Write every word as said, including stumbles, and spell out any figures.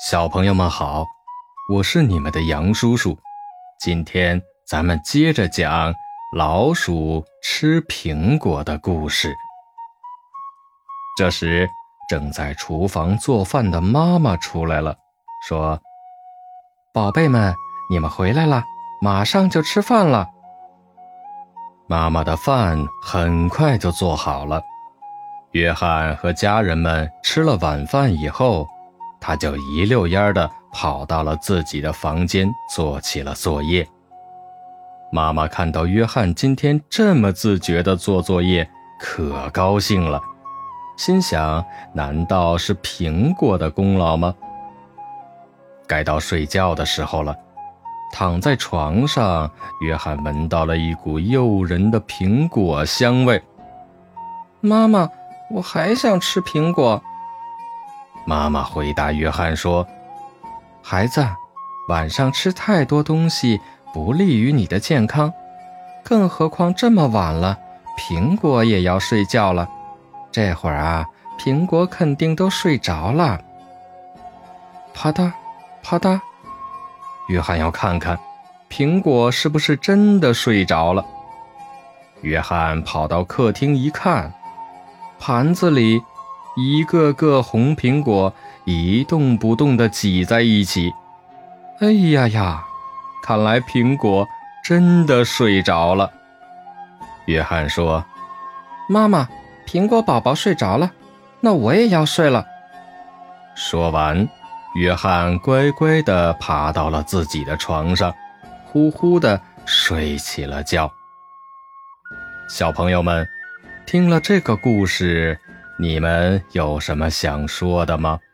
小朋友们好，我是你们的杨叔叔。今天咱们接着讲老鼠吃苹果的故事。这时，正在厨房做饭的妈妈出来了，说：宝贝们，你们回来了，马上就吃饭了。妈妈的饭很快就做好了。约翰和家人们吃了晚饭以后，他就一溜烟地跑到了自己的房间，做起了作业。妈妈看到约翰今天这么自觉地做作业，可高兴了，心想，难道是苹果的功劳吗？该到睡觉的时候了，躺在床上，约翰闻到了一股诱人的苹果香味。妈妈，我还想吃苹果。妈妈回答约翰说：孩子，晚上吃太多东西不利于你的健康，更何况这么晚了，苹果也要睡觉了。这会儿啊，苹果肯定都睡着了。啪嗒啪嗒，约翰要看看苹果是不是真的睡着了。约翰跑到客厅一看，盘子里一个个红苹果一动不动地挤在一起。哎呀呀，看来苹果真的睡着了。约翰说：妈妈，苹果宝宝睡着了，那我也要睡了。说完，约翰乖乖地爬到了自己的床上，呼呼地睡起了觉。小朋友们，听了这个故事，你们有什么想说的吗？